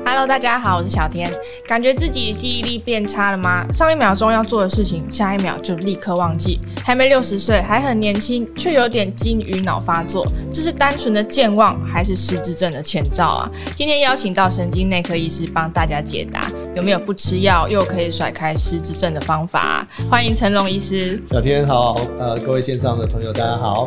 Hello， 大家好，我是小天。感觉自己记忆力变差了吗？上一秒钟要做的事情，下一秒就立刻忘记。还没60岁，还很年轻，却有点金鱼脑发作，这是单纯的健忘，还是失智症的前兆啊？今天邀请到神经内科医师帮大家解答，有没有不吃药又可以甩开失智症的方法啊？欢迎陈龙医师。 小天好，各位线上的朋友大家好。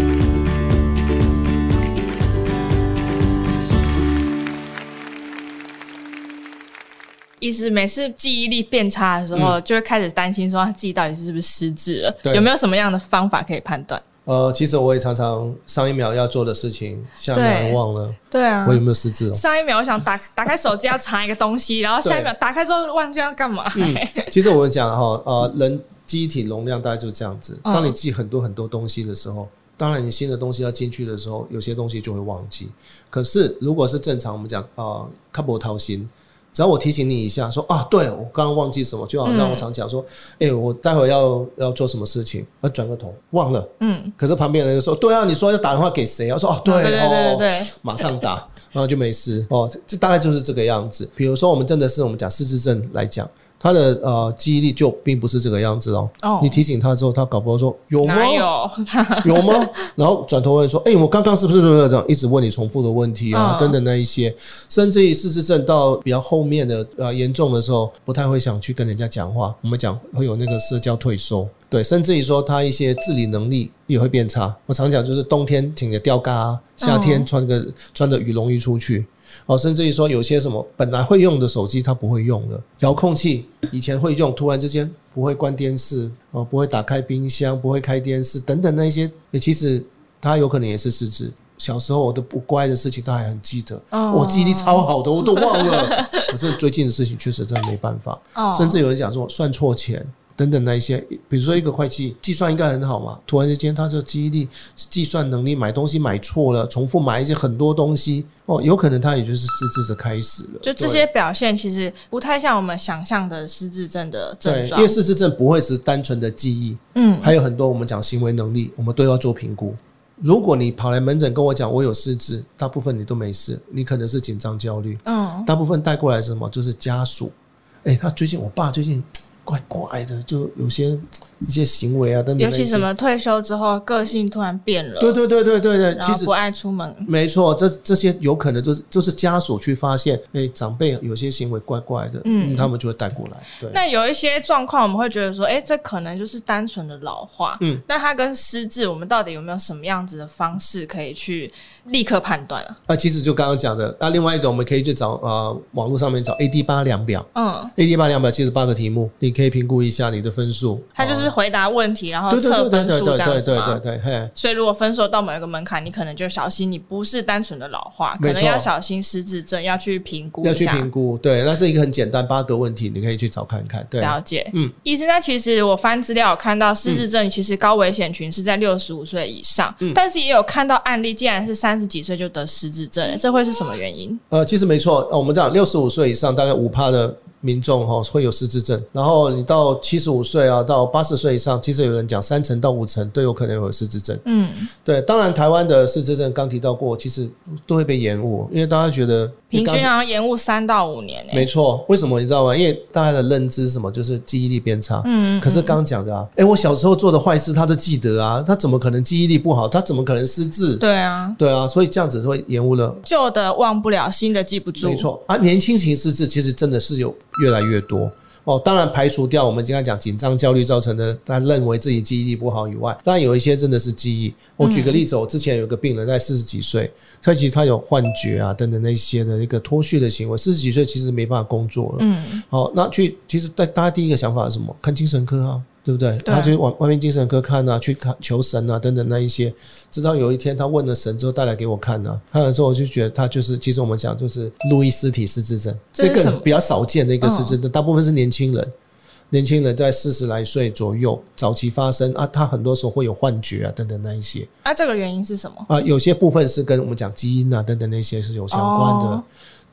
医师每次记忆力变差的时候，就会开始担心说他自己到底是不是失智了，有没有什么样的方法可以判断？ 其实我也常常上一秒要做的事情，下一秒忘了。 对啊， 我有没有失智？ 上一秒我想打开手机要查一个东西，然后下一秒打开之后忘记要干嘛。 其实我们讲人记忆体容量大概就是这样子。当你记很多很多东西的时候，当然你新的东西要进去的时候，有些东西就会忘记。可是如果是正常，我们讲较无掏心。只要我提醒你一下说对，我刚刚忘记什么，就好像我常讲说我待会要做什么事情，转个头忘了，可是旁边的人就说对啊，你说要打电话给谁啊？说对，马上打，然后就没事这大概就是这个样子。比如说我们真的是我们讲失智症来讲，他的记忆力就并不是这个样子你提醒他之后，他搞不好说有吗？有吗？然后转头问说我刚刚是不是这样，一直问你重复的问题等等那一些，甚至于失智症到比较后面的严重的时候，不太会想去跟人家讲话，我们讲会有那个社交退缩，对，甚至于说他一些自理能力也会变差。我常讲就是冬天请个吊嘎夏天穿着羽绒衣出去甚至于说有些什么本来会用的手机他不会用了，遥控器以前会用，突然之间不会关电视不会打开冰箱，不会开电视等等那些，其实他有可能也是失智。小时候我的不乖的事情他还很记得我记忆力超好的，我都忘了可是最近的事情确实真的没办法甚至有人讲说算错钱等等那一些，比如说一个会计计算应该很好嘛，突然之间他的记忆力计算能力买东西买错了，重复买一些很多东西有可能他也就是失智的开始了。 就这些表现其实不太像我们想象的失智症的症状， 因为失智症不会是单纯的记忆还有很多我们讲行为能力我们都要做评估。如果你跑来门诊跟我讲我有失智，大部分你都没事，你可能是紧张焦虑大部分带过来是什么，就是家属他最近我爸最近怪怪的，就有一些行为等等， 尤其什么退休之后个性突然变了， 对， 然后不爱出门， 没错，这些有可能就是家属去发现长辈有些行为怪怪的他们就会带过来。对， 那有一些状况我们会觉得说这可能就是单纯的老化那它跟失智我们到底有没有什么样子的方式可以去立刻判断其实就刚刚讲的另外一个我们可以去找网络上面找 AD8 量表AD8 量表78个题目，你可以评估一下你的分数， 它就是回答问题然后测分数这样子吗？ 对， 所以如果分数到某一个门槛，你可能就小心你不是单纯的老化，可能要小心失智症，要去评估一下， 要去评估。对，那是一个很简单8个问题，你可以去找看看。对， 了解。医生，那其实我翻资料有看到失智症其实高危险群是在65岁以上但是也有看到案例竟然是30几岁就得失智症，这会是什么原因？ 其实没错，我们讲65岁以上大概 5% 的民众会有失智症，然后你到75岁到80岁以上，其实有人讲3成到5成都有可能有失智症。对，当然台湾的失智症刚提到过，其实都会被延误，因为大家觉得平均好像延误3到5年没错，为什么你知道吗？因为大家的认知是什么，就是记忆力变差可是刚讲的我小时候做的坏事他都记得他怎么可能记忆力不好，他怎么可能失智？对啊，所以这样子会延误了， 旧的忘不了，新的记不住。 没错年轻型失智其实真的是有越来越多当然排除掉我们经常讲紧张焦虑造成的他认为自己记忆力不好以外，当然有一些真的是记忆。我举个例子我之前有个病人在40几岁，所以其实他有幻觉等等那些的一个脱序的行为，40几岁其实没办法工作了那其实大家第一个想法是什么？看精神科对不对？他就往外面精神科看去看求神等等那一些，直到有一天他问了神之后带来给我看看了之后我就觉得他就是其实我们讲就是路易斯体失智症，这个比较少见的一个失智症大部分是年轻人在40来岁左右早期发生他很多时候会有幻觉等等那一些这个原因是什么？ 有些部分是跟我们讲基因等等那些是有相关的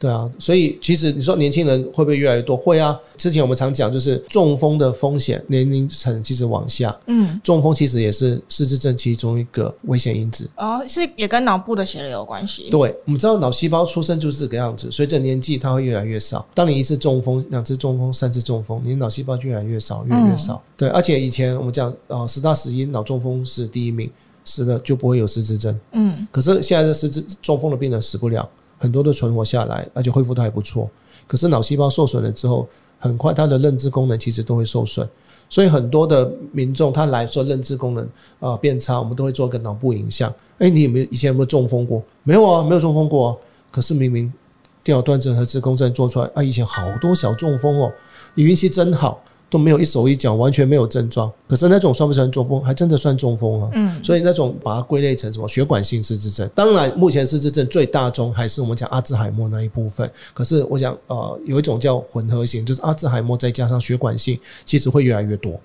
对啊，所以其实你说年轻人会不会越来越多？会啊。之前我们常讲就是中风的风险年龄层其实往下，中风其实也是失智症其中一个危险因子。 是也跟脑部的血流有关系。 对，我们知道脑细胞出生就是这个样子，随着年纪它会越来越少。当你一次中风、2次中风、3次中风，你的脑细胞就越来越少，越来越少。对，而且以前我们讲10大死因脑中风是第1名，死了就不会有失智症。可是现在的中风的病人死不了。很多都存活下来，而且恢复得还不错。可是脑细胞受损了之后，很快他的认知功能其实都会受损。所以很多的民众他来说认知功能变差，我们都会做个脑部影像。你以前有没有中风过？没有啊，没有中风过啊。可是明明电脑断层和磁共振做出来，以前好多小中风哦，你运气真好。都没有一手一脚，完全没有症状，可是那种算不算中风？还真的算中风啊。所以那种把它归类成什么血管性失智症。当然，目前失智症最大宗还是我们讲阿兹海默那一部分。可是我想，有一种叫混合型，就是阿兹海默再加上血管性，其实会越来越多。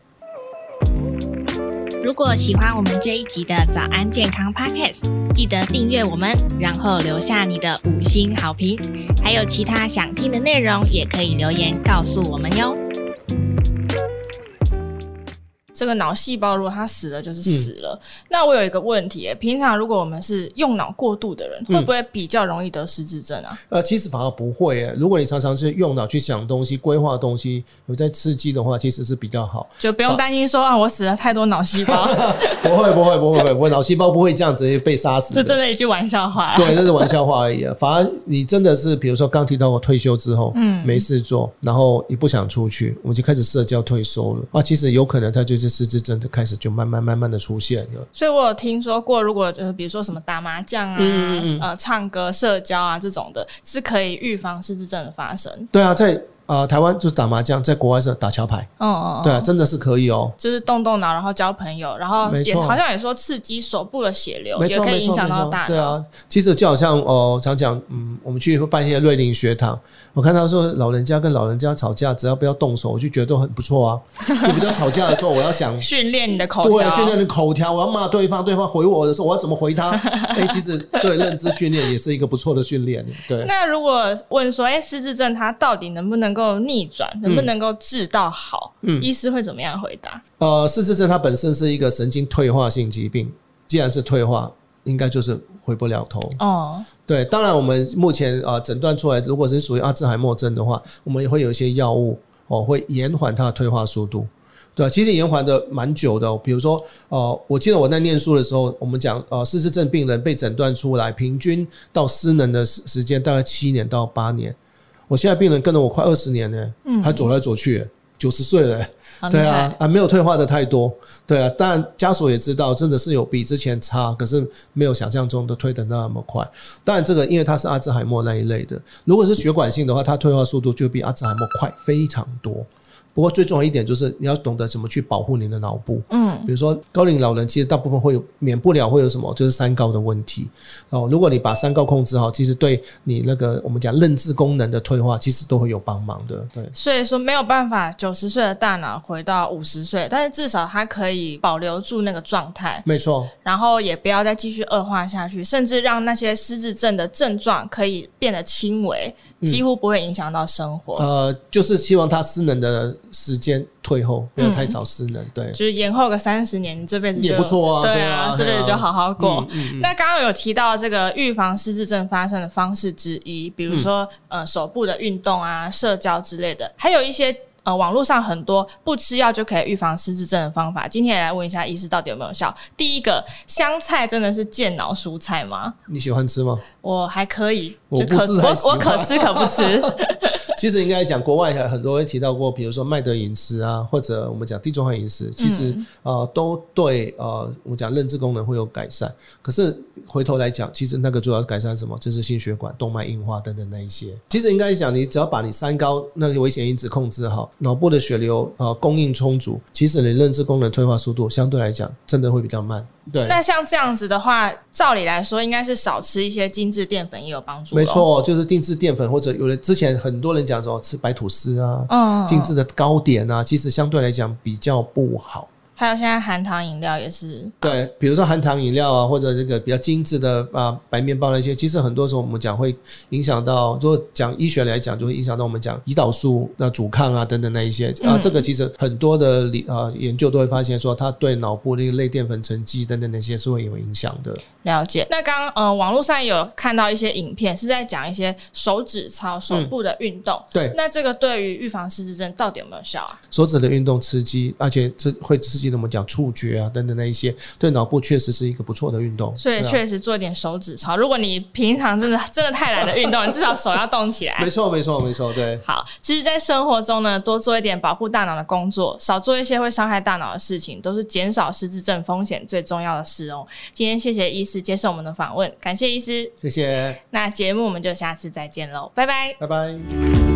如果喜欢我们这一集的早安健康 Podcast， 记得订阅我们，然后留下你的5星好评。还有其他想听的内容，也可以留言告诉我们哟。 这个脑细胞如果它死了就是死了。那我有一个问题平常如果我们是用脑过度的人，会不会比较容易得失智症啊？其实反而不会如果你常常是用脑去想东西、规划东西，有在刺激的话，其实是比较好， 就不用担心说我死了太多脑细胞。 不会，脑细胞不会这样子被杀死的。 这真的一句玩笑话。 对，这是玩笑话而已反而你真的是比如说刚提到我退休之后没事做，然后你不想出去，我们就开始社交退缩了其实有可能它就是失智症开始就慢慢的出现了。 所以我有听说过，如果比如说什么打麻将唱歌、社交这种的，是可以预防失智症的发生。 对啊，在台湾就是打麻将，在国外是打桥牌。对啊，真的是可以就是动脑，然后交朋友，然后也好像也说刺激手部的血流，也可以影响到大脑。 对啊，其实就好像常讲我们去办一些瑞林学堂，我看到说老人家跟老人家吵架，只要不要动手，我就觉得都很不错啊。你比较吵架的时候，我要想训练你的口条， 对，训练你的口条，我要骂对方，对方回我的时候，我要怎么回他？其实对认知训练也是一个不错的训练。对。 那如果问说，失智症它到底能不能够逆转，能不能够治到好？医师会怎么样回答？ 失智症它本身是一个神经退化性疾病，既然是退化，应该就是回不了头。对，当然我们目前诊断出来，如果是属于阿兹海默症的话，我们也会有一些药物会延缓它的退化速度。对，其实延缓的蛮久的比如说我记得我在念书的时候，我们讲失智症病人被诊断出来，平均到失能的时间大概7年到8年。我现在病人跟了我快20年呢，还走来走去，90岁了对啊，没有退化的太多。对啊，当然家属也知道真的是有比之前差，可是没有想象中的退得那么快。当然这个因为它是阿兹海默那一类的，如果是血管性的话，它退化速度就比阿兹海默快非常多。不过最重要一点就是你要懂得怎么去保护你的脑部。比如说高龄老人其实大部分会有免不了会有什么，就是三高的问题如果你把三高控制好，其实对你那个我们讲认知功能的退化其实都会有帮忙的。对， 所以说没有办法90岁的大脑回到50岁，但是至少它可以保留住那个状态。 没错， 然后也不要再继续恶化下去，甚至让那些失智症的症状可以变得轻微，几乎不会影响到生活。 就是希望他失能的时间退后，不要太早失能。对， 就是延后个30年，你这辈子就也不错对啊，这辈子就好好过。那刚刚有提到这个预防失智症发生的方式之一，比如说手部的运动社交之类的，还有一些网络上很多不吃药就可以预防失智症的方法。今天也来问一下医师到底有没有效。第一个，香菜真的是健脑蔬菜吗？ 你喜欢吃吗？ 我还可以， 我可吃可不吃。 其实应该讲，国外很多会提到过，比如说麦德饮食或者我们讲地中海饮食，其实都对我们讲认知功能会有改善。可是回头来讲，其实那个主要是改善什么？就是心血管、动脉硬化等等那一些。其实应该讲，你只要把你三高那个危险因子控制好，脑部的血流供应充足，其实你认知功能退化速度相对来讲真的会比较慢。对， 那像这样子的话，照理来说应该是少吃一些精致淀粉也有帮助。 没错，就是精致淀粉，或者有的之前很多人讲说吃白吐司精致的糕点其实相对来讲比较不好。 还有现在含糖饮料也是， 对，比如说含糖饮料啊，或者这个比较精致的白面包那些，其实很多时候我们讲会影响到，如果讲医学来讲，就会影响到我们讲胰岛素、阻抗啊等等那一些这个其实很多的研究都会发现说，它对脑部那个类淀粉沉积等等那些是会有影响的。 了解。那刚网络上有看到一些影片是在讲一些手指操、手部的运动， 对， 那这个对于预防失智症到底有没有效啊？ 手指的运动刺激，而且会刺激我们讲触觉啊等等那一些，对脑部确实是一个不错的运动。 所以确实做一点手指操，如果你平常真的太懒得运动，你至少手要动起来。 没错，对。 好，其实在生活中呢，多做一点保护大脑的工作，少做一些会伤害大脑的事情，都是减少失智症风险最重要的事哦。今天谢谢医师接受我们的访问，感谢医师， 谢谢。 那节目我们就下次再见喽，拜拜， 拜拜。